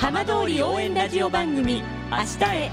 浜通り応援ラジオ番組明日へ。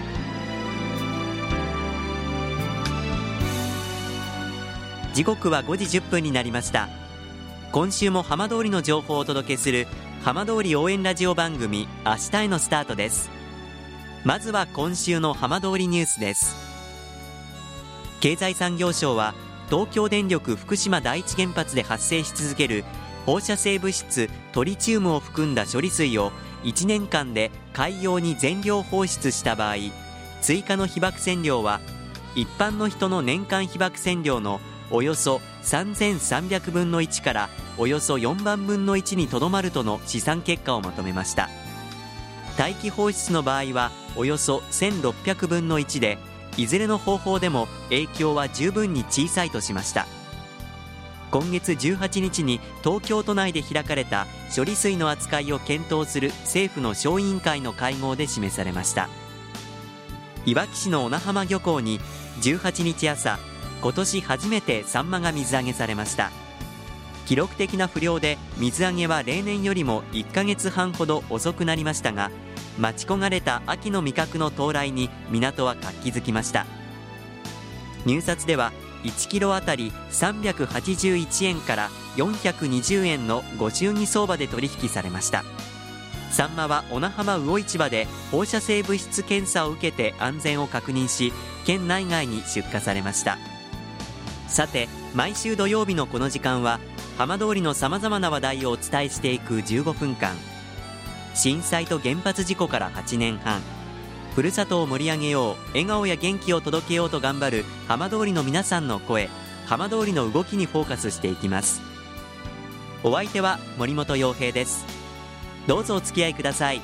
時刻は5時10分になりました。今週も浜通りの情報をお届けする浜通り応援ラジオ番組明日へのスタートです。まずは今週の浜通りニュースです。経済産業省は東京電力福島第一原発で発生し続ける放射性物質トリチウムを含んだ処理水を1年間で海洋に全量放出した場合、追加の被曝線量は一般の人の年間被曝線量のおよそ3300分の1からおよそ4万分の1にとどまるとの試算結果をまとめました。大気放出の場合はおよそ1600分の1で、いずれの方法でも影響は十分に小さいとしました。今月18日に東京都内で開かれた処理水の扱いを検討する政府の小委員会の会合で示されました。いわき市の小名浜漁港に18日朝、今年初めてサンマが水揚げされました。記録的な不漁で水揚げは例年よりも1ヶ月半ほど遅くなりましたが、待ち焦がれた秋の味覚の到来に港は活気づきました。入札では1キロあたり381円から420円のご祝儀相場で取引されました。サンマは小名浜魚市場で放射性物質検査を受けて安全を確認し、県内外に出荷されました。さて、毎週土曜日のこの時間は浜通りのさまざまな話題をお伝えしていく15分間。震災と原発事故から8年半、ふるさとを盛り上げよう、笑顔や元気を届けようと頑張る浜通りの皆さんの声、浜通りの動きにフォーカスしていきます。お相手は森本洋平です。どうぞお付き合いください。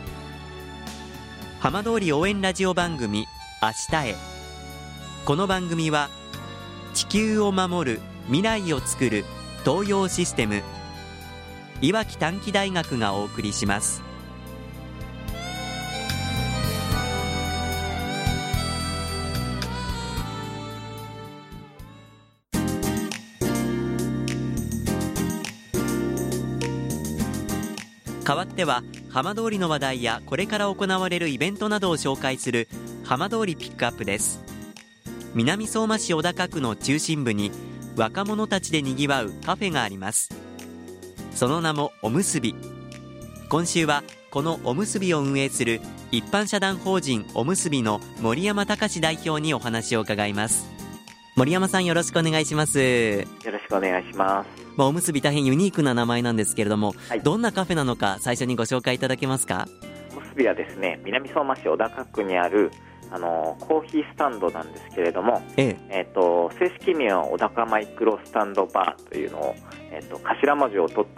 浜通り応援ラジオ番組明日へ。この番組は地球を守る、未来をつくる東洋システム、いわき短期大学がお送りします。代わっては浜通りの話題やこれから行われるイベントなどを紹介する浜通りピックアップです。南相馬市小高区の中心部に若者たちでにぎわうカフェがあります。その名もおむすび。今週はこのおむすびを運営する一般社団法人おむすびの森山隆代表にお話を伺います。森山さん、よろしくお願いします。 よろしくお願いします。 おむすび大変ユニークな名前なんですけれども、 はい、 どんなカフェなのか最初にご紹介いただけますか？ おむすびはですね、南相馬市小高区にあるコーヒースタンドなんですけれども、正式には小高マイクロスタンドバーというのを、頭文字を取って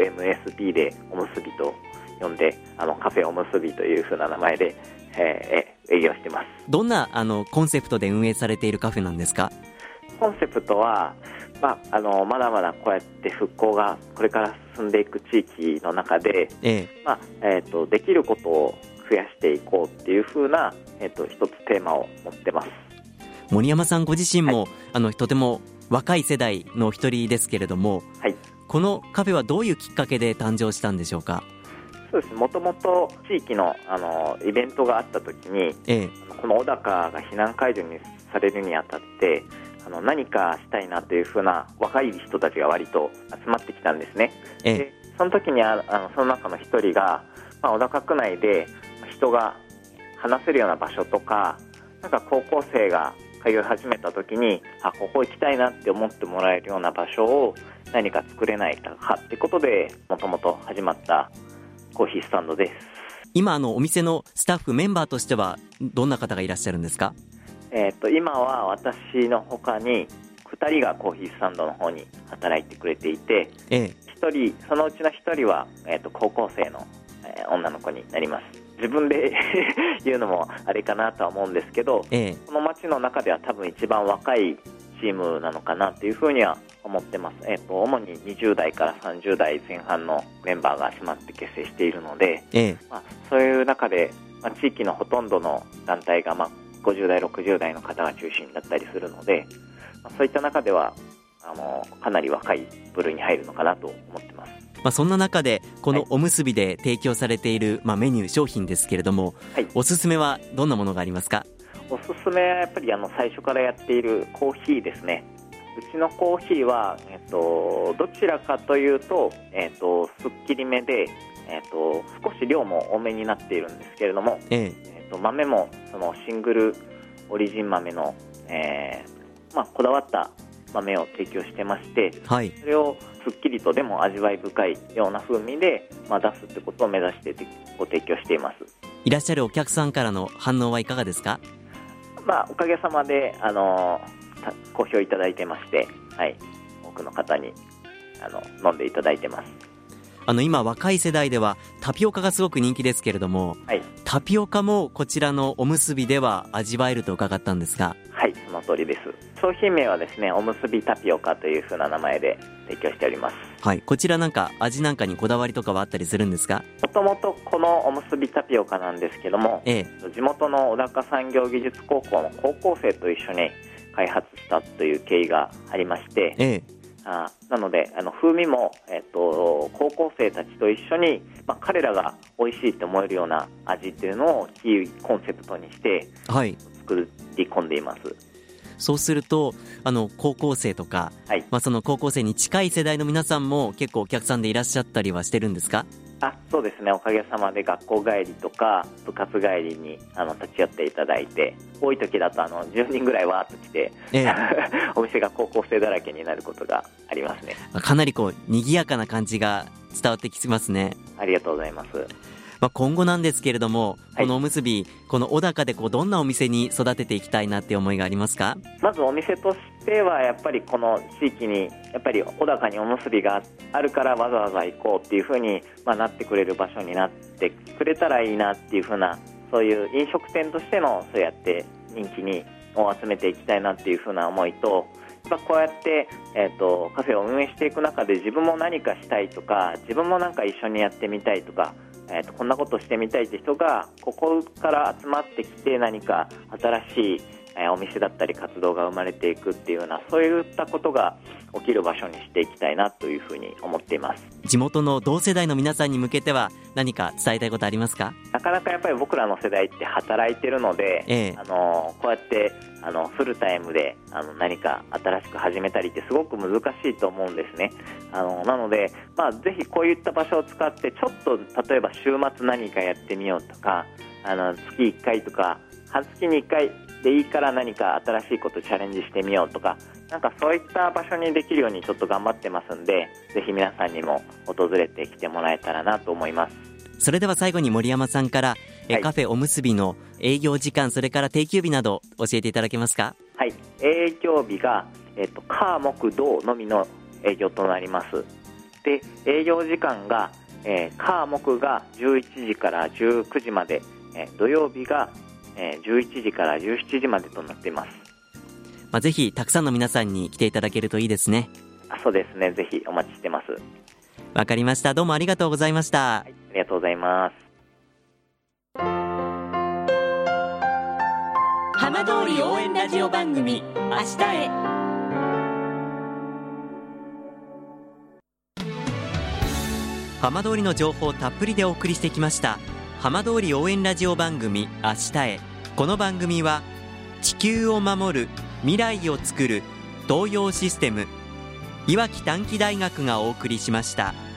OMSB でおむすびと呼んで、カフェおむすびというふうな名前で、営業しています。 どんなコンセプトで運営されているカフェなんですか？ コンセプトは、まだまだこうやって復興がこれから進んでいく地域の中で、できることを増やしていこうっていう風な、一つテーマを持ってます。 森山さんご自身も、とても若い世代のお一人ですけれども、はい、このカフェはどういうきっかけで誕生したんでしょうか？ そうです。もともと地域の、イベントがあった時に、この小高が避難解除にされるにあたって何かしたいなというふうな若い人たちが割と集まってきたんですね。でその時にその中の一人が、小高区内で人が話せるような場所とか、なんか高校生が通い始めた時にここ行きたいなって思ってもらえるような場所を何か作れないかってことで、もともと始まったコーヒースタンドです。 今お店のスタッフメンバーとしてはどんな方がいらっしゃるんですか？ 今は私の他に2人がコーヒースタンドの方に働いてくれていて、そのうちの1人は、高校生の、女の子になります。自分で言うのもあれかなとは思うんですけど、この町の中では多分一番若いチームなのかなというふうには思ってます。主に20代から30代前半のメンバーが集まって結成しているので、そういう中で、地域のほとんどの団体が、50代60代の方が中心だったりするので、そういった中ではかなり若い部類に入るのかなと思ってます。 そんな中でこのおむすびで提供されている、メニュー商品ですけれども、おすすめはどんなものがありますか？ おすすめはやっぱり最初からやっているコーヒーですね。うちのコーヒーは、どちらかというと、すっきりめで、少し量も多めになっているんですけれども、豆もそのシングルオリジン豆の、こだわった豆を提供してまして、それをすっきりとでも味わい深いような風味で、出すってことを目指してご提供しています。 いらっしゃるお客さんからの反応はいかがですか？ おかげさまで好評いただいてまして、多くの方に飲んでいただいてます。 今若い世代ではタピオカがすごく人気ですけれども、タピオカもこちらのおむすびでは味わえると伺ったんですが。 はい、その通りです。商品名はですね、おむすびタピオカという風な名前で提供しております。 こちら味なんかにこだわりとかはあったりするんですか？ もともとこのおむすびタピオカなんですけども、地元の小高産業技術高校の高校生と一緒に開発したという経緯がありまして、なので風味も、高校生たちと一緒に、彼らが美味しいと思えるような味っていうのをキーコンセプトにして作り込んでいます。 そうすると高校生とか、その高校生に近い世代の皆さんも結構お客さんでいらっしゃったりはしてるんですか？ そうですね、おかげさまで学校帰りとか部活帰りに立ち寄っていただいて、多い時だと10人ぐらいわーっと来て、お店が高校生だらけになることがありますね。 かなり賑やかな感じが伝わってきますね。 ありがとうございます。 今後なんですけれども、このおむすび、この小高でどんなお店に育てていきたいなって思いがありますか？まずお店としてはやっぱりこの地域にやっぱり小高におむすびがあるからわざわざ行こうっていう風に、なってくれる場所になってくれたらいいなっていう風な、そういう飲食店としてのそうやって人気を集めていきたいなっていう風な思いと、こうやって、カフェを運営していく中で自分も何かしたいとか、自分も一緒にやってみたいとか、こんなことしてみたいって人がここから集まってきて、何か新しいお店だったり活動が生まれていくっていうような、そういったことが起きる場所にしていきたいなというふうに思っています。地元の同世代の皆さんに向けては何か伝えたいことありますか？ なかなかやっぱり僕らの世代って働いてるので、こうやってフルタイムで何か新しく始めたりってすごく難しいと思うんですね。なので、ぜひこういった場所を使ってちょっと例えば週末何かやってみようとか、月1回とか半月に1回でいいから何か新しいことチャレンジしてみようとか、そういった場所にできるようにちょっと頑張ってますんで、ぜひ皆さんにも訪れてきてもらえたらなと思います。 それでは最後に森山さんから、カフェおむすびの営業時間、それから定休日など教えていただけますか？ 営業日が、火木土のみの営業となります。で、営業時間が、火木が11時から19時まで、土曜日が11時から17時までとなっています。 ぜひたくさんの皆さんに来ていただけるといいですね。 そうですね、ぜひお待ちしてます。 わかりました。どうもありがとうございました。 ありがとうございます。 浜通り応援ラジオ番組明日へ。 浜通りの情報をたっぷりでお送りしてきました浜通り応援ラジオ番組明日へ。この番組は地球を守る未来をつくる東洋システム、いわき短期大学がお送りしました。